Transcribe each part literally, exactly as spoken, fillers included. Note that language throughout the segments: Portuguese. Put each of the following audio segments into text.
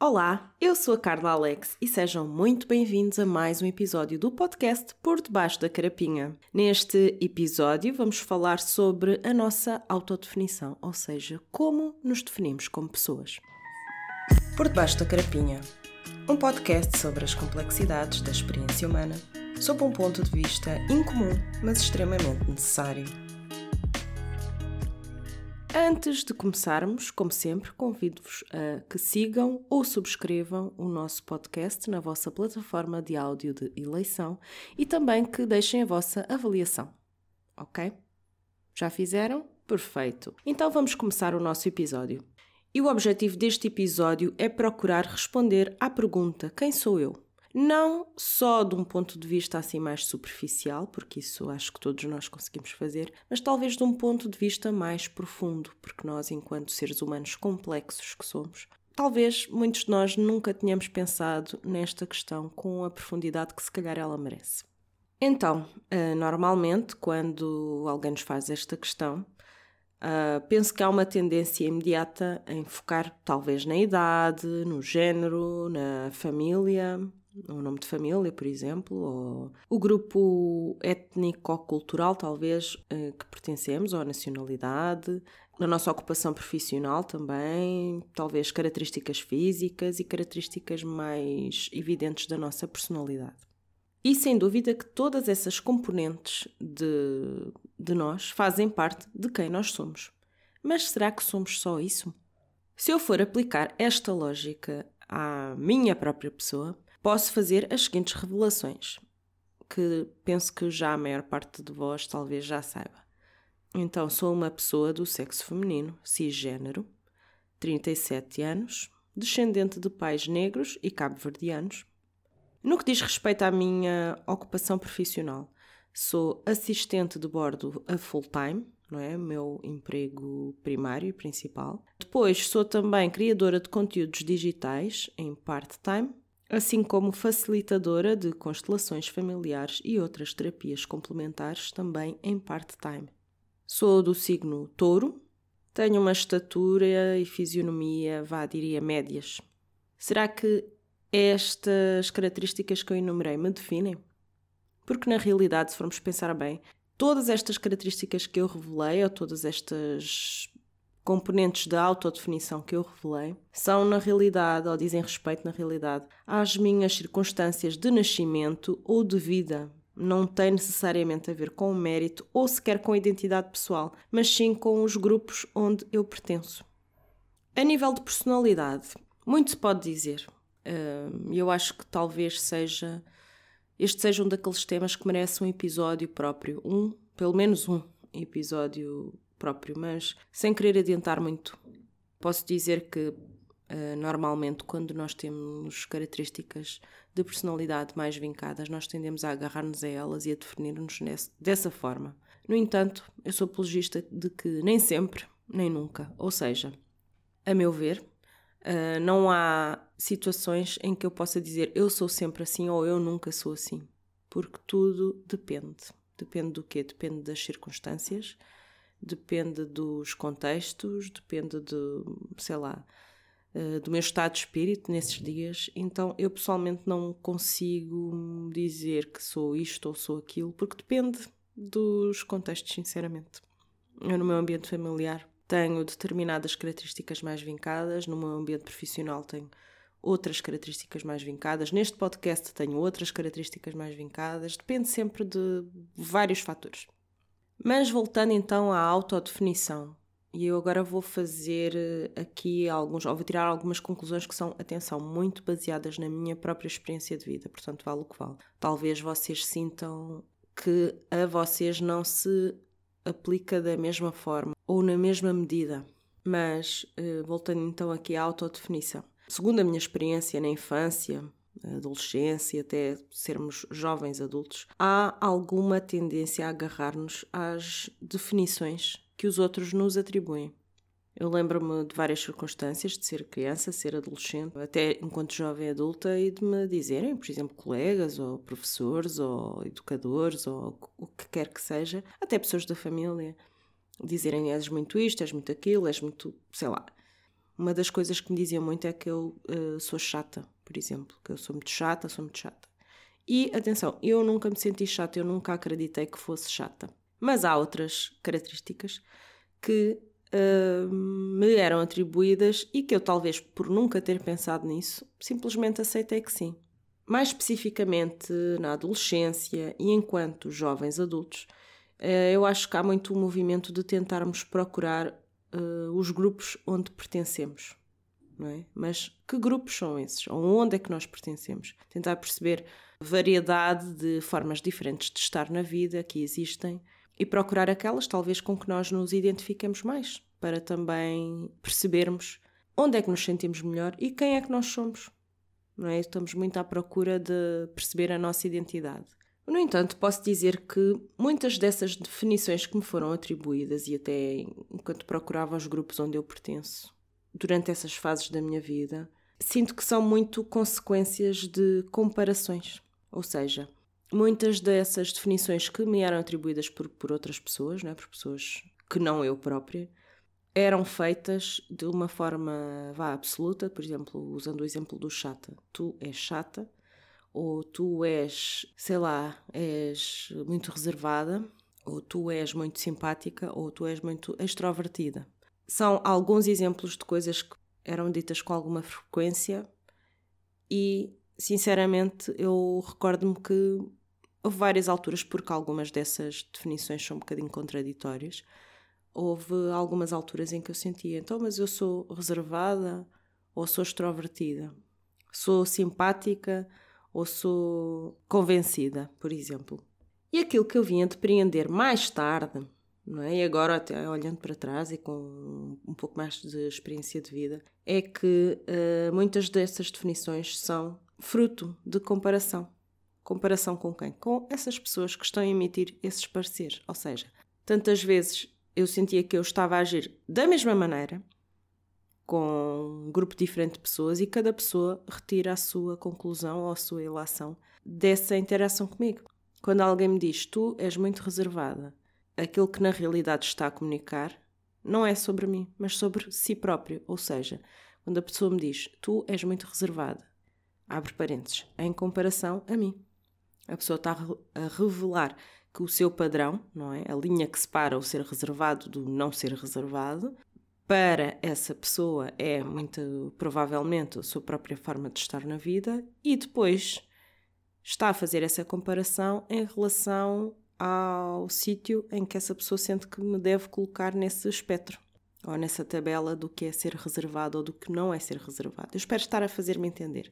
Olá, eu sou a Carla Alex e sejam muito bem-vindos a mais um episódio do podcast Por Debaixo da Carapinha. Neste episódio vamos falar sobre a nossa autodefinição, ou seja, como nos definimos como pessoas. Por Debaixo da Carapinha, um podcast sobre as complexidades da experiência humana, sob um ponto de vista incomum, mas extremamente necessário. Antes de começarmos, como sempre, convido-vos a que sigam ou subscrevam o nosso podcast na vossa plataforma de áudio de eleição e também que deixem a vossa avaliação. Ok? Já fizeram? Perfeito! Então vamos começar o nosso episódio. E o objetivo deste episódio é procurar responder à pergunta: quem sou eu? Não só de um ponto de vista assim mais superficial, porque isso acho que todos nós conseguimos fazer, mas talvez de um ponto de vista mais profundo, porque nós, enquanto seres humanos complexos que somos, talvez muitos de nós nunca tenhamos pensado nesta questão com a profundidade que se calhar ela merece. Então, normalmente, quando alguém nos faz esta questão, penso que há uma tendência imediata em focar talvez na idade, no género, na família, o nome de família, por exemplo, ou o grupo étnico-cultural, talvez, que pertencemos, ou a nacionalidade, na nossa ocupação profissional também, talvez características físicas e características mais evidentes da nossa personalidade. E sem dúvida que todas essas componentes de, de nós fazem parte de quem nós somos. Mas será que somos só isso? Se eu for aplicar esta lógica à minha própria pessoa, posso fazer as seguintes revelações, que penso que já a maior parte de vós talvez já saiba. Então, sou uma pessoa do sexo feminino, cisgênero, trinta e sete anos, descendente de pais negros e cabo-verdianos. No que diz respeito à minha ocupação profissional, sou assistente de bordo a full-time, não é? Meu emprego primário e principal. Depois, sou também criadora de conteúdos digitais em part-time, assim como facilitadora de constelações familiares e outras terapias complementares também em part-time. Sou do signo Touro, tenho uma estatura e fisionomia, vá, diria, médias. Será que estas características que eu enumerei me definem? Porque na realidade, se formos pensar bem, todas estas características que eu revelei, ou todas estas componentes da autodefinição que eu revelei, são na realidade, ou dizem respeito na realidade, às minhas circunstâncias de nascimento ou de vida. Não tem necessariamente a ver com o mérito ou sequer com a identidade pessoal, mas sim com os grupos onde eu pertenço. A nível de personalidade, muito se pode dizer. E eu acho que talvez seja, este seja um daqueles temas que merece um episódio próprio, um, pelo menos um episódio próprio, mas sem querer adiantar muito. Posso dizer que uh, normalmente quando nós temos características de personalidade mais vincadas, nós tendemos a agarrar-nos a elas e a definir-nos nesse, dessa forma. No entanto, eu sou apologista de que nem sempre, nem nunca, ou seja, a meu ver, Uh, não há situações em que eu possa dizer eu sou sempre assim ou eu nunca sou assim, porque tudo depende. Depende do quê? Depende das circunstâncias, depende dos contextos, depende de, sei lá, uh, do meu estado de espírito nesses dias. Então eu pessoalmente não consigo dizer que sou isto ou sou aquilo, porque depende dos contextos, sinceramente. Eu no meu ambiente familiar tenho determinadas características mais vincadas, no meu ambiente profissional tenho outras características mais vincadas, neste podcast tenho outras características mais vincadas, depende sempre de vários fatores. Mas voltando então à autodefinição, e eu agora vou fazer aqui alguns, ou vou tirar algumas conclusões que são, atenção, muito baseadas na minha própria experiência de vida, portanto vale o que vale. Talvez vocês sintam que a vocês não se aplica da mesma forma ou na mesma medida, mas voltando então aqui à autodefinição. Segundo a minha experiência na infância, adolescência, até sermos jovens adultos, há alguma tendência a agarrar-nos às definições que os outros nos atribuem. Eu lembro-me de várias circunstâncias de ser criança, ser adolescente, até enquanto jovem adulta, e de me dizerem, por exemplo, colegas, ou professores, ou educadores, ou o que quer que seja, até pessoas da família, dizerem és muito isto, és muito aquilo, és muito, sei lá. Uma das coisas que me diziam muito é que eu uh, sou chata, por exemplo, que eu sou muito chata, sou muito chata. E, atenção, eu nunca me senti chata, eu nunca acreditei que fosse chata. Mas há outras características que uh, me eram atribuídas e que eu, talvez por nunca ter pensado nisso, simplesmente aceitei que sim. Mais especificamente na adolescência e enquanto jovens adultos, uh, eu acho que há muito o movimento de tentarmos procurar uh, os grupos onde pertencemos. Não é? Mas que grupos são esses? Ou onde é que nós pertencemos? Tentar perceber variedade de formas diferentes de estar na vida que existem e procurar aquelas talvez com que nós nos identifiquemos mais, para também percebermos onde é que nos sentimos melhor e quem é que nós somos. Não é? Estamos muito à procura de perceber a nossa identidade. No entanto, posso dizer que muitas dessas definições que me foram atribuídas e até enquanto procurava os grupos onde eu pertenço, durante essas fases da minha vida, sinto que são muito consequências de comparações. Ou seja, muitas dessas definições que me eram atribuídas por, por outras pessoas, não é? Por pessoas que não eu própria, eram feitas de uma forma vá, absoluta. Por exemplo, usando o exemplo do chata. Tu és chata, ou tu és, sei lá, és muito reservada, ou tu és muito simpática, ou tu és muito extrovertida. São alguns exemplos de coisas que eram ditas com alguma frequência e, sinceramente, eu recordo-me que houve várias alturas, porque algumas dessas definições são um bocadinho contraditórias, houve algumas alturas em que eu sentia, então, mas eu sou reservada ou sou extrovertida? Sou simpática ou sou convencida, por exemplo? E aquilo que eu vim a depreender mais tarde, não é? E agora, até olhando para trás e com um pouco mais de experiência de vida, é que uh, muitas dessas definições são fruto de comparação. Comparação com quem? Com essas pessoas que estão a emitir esses pareceres. Ou seja, tantas vezes eu sentia que eu estava a agir da mesma maneira, com um grupo diferente de pessoas, e cada pessoa retira a sua conclusão ou a sua ilação dessa interação comigo. Quando alguém me diz, tu és muito reservada, aquilo que na realidade está a comunicar não é sobre mim, mas sobre si próprio. Ou seja, quando a pessoa me diz, tu és muito reservada, abre parênteses, em comparação a mim. A pessoa está a revelar que o seu padrão, não é? A linha que separa o ser reservado do não ser reservado, para essa pessoa é muito provavelmente a sua própria forma de estar na vida, e depois está a fazer essa comparação em relação ao sítio em que essa pessoa sente que me deve colocar nesse espectro, ou nessa tabela do que é ser reservado ou do que não é ser reservado. Eu espero estar a fazer-me entender,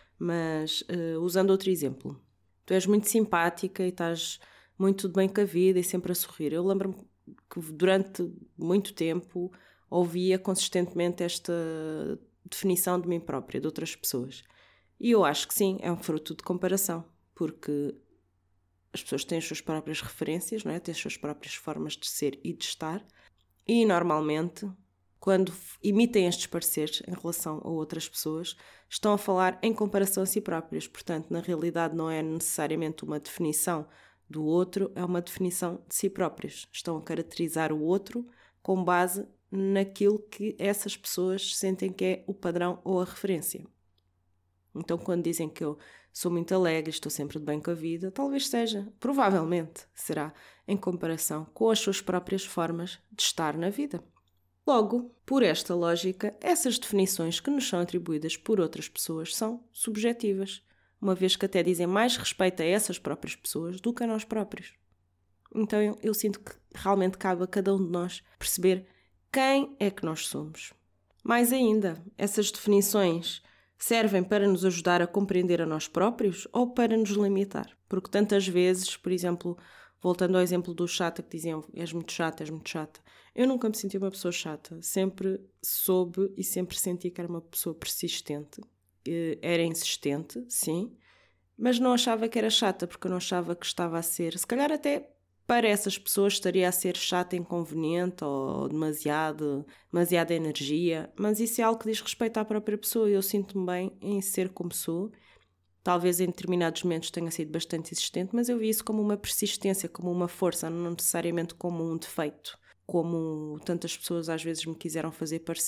mas uh, usando outro exemplo. Tu és muito simpática e estás muito de bem com a vida e sempre a sorrir. Eu lembro-me que durante muito tempo ouvia consistentemente esta definição de mim própria, de outras pessoas. E eu acho que sim, é um fruto de comparação, porque as pessoas têm as suas próprias referências, não é? Têm as suas próprias formas de ser e de estar, e normalmente, quando emitem estes pareceres em relação a outras pessoas, estão a falar em comparação a si próprias. Portanto, na realidade não é necessariamente uma definição do outro, é uma definição de si próprias. Estão a caracterizar o outro com base naquilo que essas pessoas sentem que é o padrão ou a referência. Então, quando dizem que eu sou muito alegre, estou sempre de bem com a vida, talvez seja, provavelmente será, em comparação com as suas próprias formas de estar na vida. Logo, por esta lógica, essas definições que nos são atribuídas por outras pessoas são subjetivas, uma vez que até dizem mais respeito a essas próprias pessoas do que a nós próprios. Então eu, eu sinto que realmente cabe a cada um de nós perceber quem é que nós somos. Mais ainda, essas definições servem para nos ajudar a compreender a nós próprios ou para nos limitar? Porque tantas vezes, por exemplo, voltando ao exemplo do chata, que diziam és muito chata, és muito chata, eu nunca me senti uma pessoa chata, sempre soube e sempre senti que era uma pessoa persistente, era insistente, sim, mas não achava que era chata, porque eu não achava que estava a ser, se calhar até para essas pessoas estaria a ser chata, inconveniente ou demasiado, demasiada energia, mas isso é algo que diz respeito à própria pessoa e eu sinto-me bem em ser como sou. Talvez em determinados momentos tenha sido bastante insistente, mas eu vi isso como uma persistência, como uma força, não necessariamente como um defeito, como tantas pessoas às vezes me quiseram fazer parecer.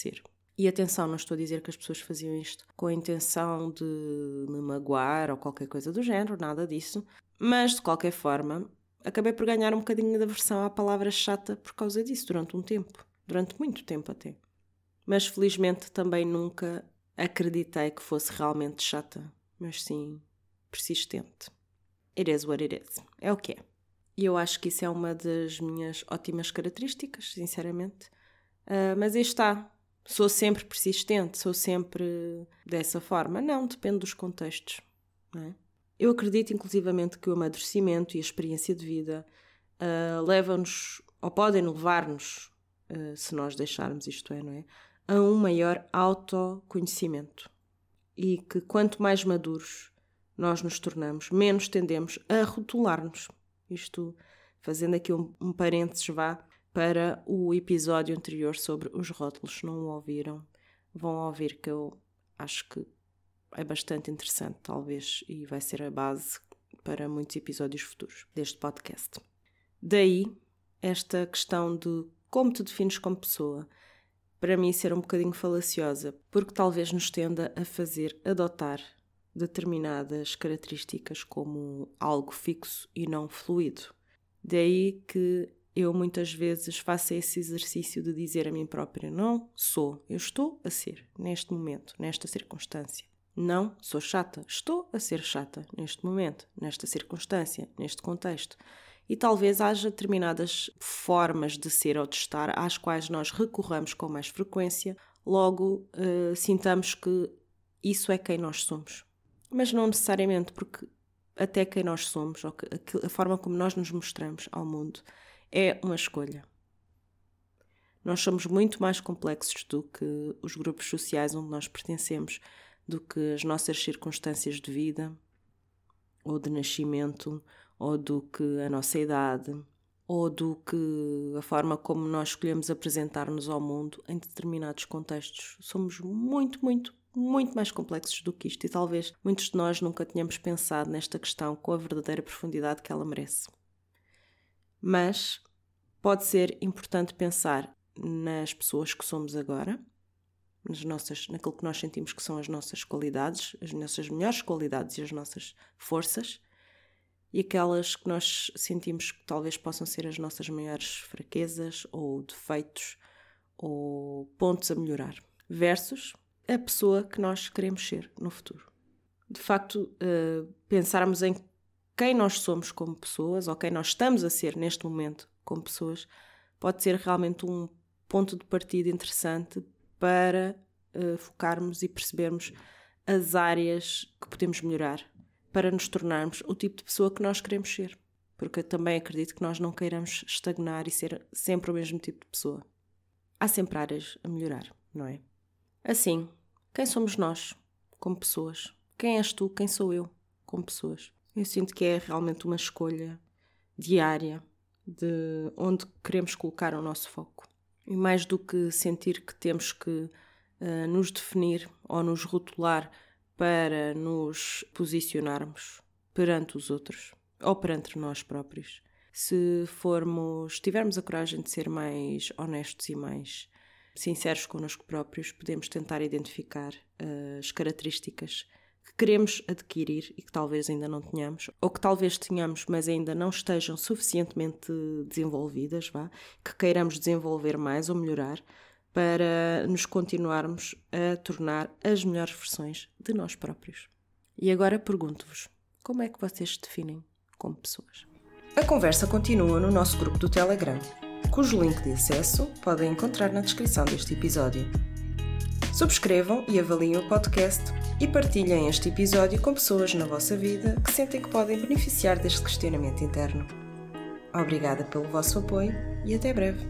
E atenção, não estou a dizer que as pessoas faziam isto com a intenção de me magoar ou qualquer coisa do género, nada disso. Mas, de qualquer forma, acabei por ganhar um bocadinho de aversão à palavra chata por causa disso, durante um tempo. Durante muito tempo até. Mas, felizmente, também nunca acreditei que fosse realmente chata. Mas sim, persistente. It is what it is. É o que é. E eu acho que isso é uma das minhas ótimas características, sinceramente. Uh, mas aí está. Sou sempre persistente, sou sempre dessa forma. Não, depende dos contextos, não é? Eu acredito, inclusivamente, que o amadurecimento e a experiência de vida uh, levam-nos, ou podem levar-nos, uh, se nós deixarmos isto é, não é? A um maior autoconhecimento. E que quanto mais maduros nós nos tornamos, menos tendemos a rotular-nos. Isto, fazendo aqui um, um parênteses, vá, para o episódio anterior sobre os rótulos. Se não o ouviram, vão ouvir, que eu acho que é bastante interessante, talvez, e vai ser a base para muitos episódios futuros deste podcast. Daí, esta questão de como te defines como pessoa, para mim ser um bocadinho falaciosa, porque talvez nos tenda a fazer adotar determinadas características como algo fixo e não fluido. Daí que eu muitas vezes faço esse exercício de dizer a mim própria: não sou, eu estou a ser, neste momento, nesta circunstância. Não sou chata, estou a ser chata, neste momento, nesta circunstância, neste contexto. E talvez haja determinadas formas de ser ou de estar às quais nós recorramos com mais frequência, logo uh, sintamos que isso é quem nós somos. Mas não necessariamente, porque até quem nós somos, ou que, a forma como nós nos mostramos ao mundo, é uma escolha. Nós somos muito mais complexos do que os grupos sociais onde nós pertencemos, do que as nossas circunstâncias de vida, ou de nascimento, ou do que a nossa idade, ou do que a forma como nós escolhemos apresentar-nos ao mundo em determinados contextos. Somos muito, muito, muito mais complexos do que isto, e talvez muitos de nós nunca tenhamos pensado nesta questão com a verdadeira profundidade que ela merece. Mas pode ser importante pensar nas pessoas que somos agora, nas nossas, naquilo que nós sentimos que são as nossas qualidades, as nossas melhores qualidades e as nossas forças, e aquelas que nós sentimos que talvez possam ser as nossas maiores fraquezas ou defeitos ou pontos a melhorar, versus a pessoa que nós queremos ser no futuro. De facto, uh, pensarmos em quem nós somos como pessoas, ou quem nós estamos a ser neste momento como pessoas, pode ser realmente um ponto de partida interessante para uh, focarmos e percebermos as áreas que podemos melhorar, para nos tornarmos o tipo de pessoa que nós queremos ser. Porque eu também acredito que nós não queiramos estagnar e ser sempre o mesmo tipo de pessoa. Há sempre áreas a melhorar, não é? Assim, quem somos nós como pessoas? Quem és tu? Quem sou eu como pessoas? Eu sinto que é realmente uma escolha diária de onde queremos colocar o nosso foco. E mais do que sentir que temos que uh, nos definir ou nos rotular para nos posicionarmos perante os outros ou perante nós próprios, se formos, tivermos a coragem de ser mais honestos e mais sinceros connosco próprios, podemos tentar identificar uh, as características que queremos adquirir e que talvez ainda não tenhamos, ou que talvez tenhamos, mas ainda não estejam suficientemente desenvolvidas, vá, que queiramos desenvolver mais ou melhorar, para nos continuarmos a tornar as melhores versões de nós próprios. E agora pergunto-vos, como é que vocês se definem como pessoas? A conversa continua no nosso grupo do Telegram, cujo link de acesso podem encontrar na descrição deste episódio. Subscrevam e avaliem o podcast e partilhem este episódio com pessoas na vossa vida que sentem que podem beneficiar deste questionamento interno. Obrigada pelo vosso apoio e até breve.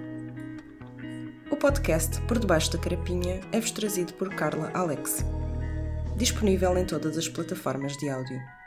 O podcast Por Debaixo da Carapinha é-vos trazido por Carla Alex. Disponível em todas as plataformas de áudio.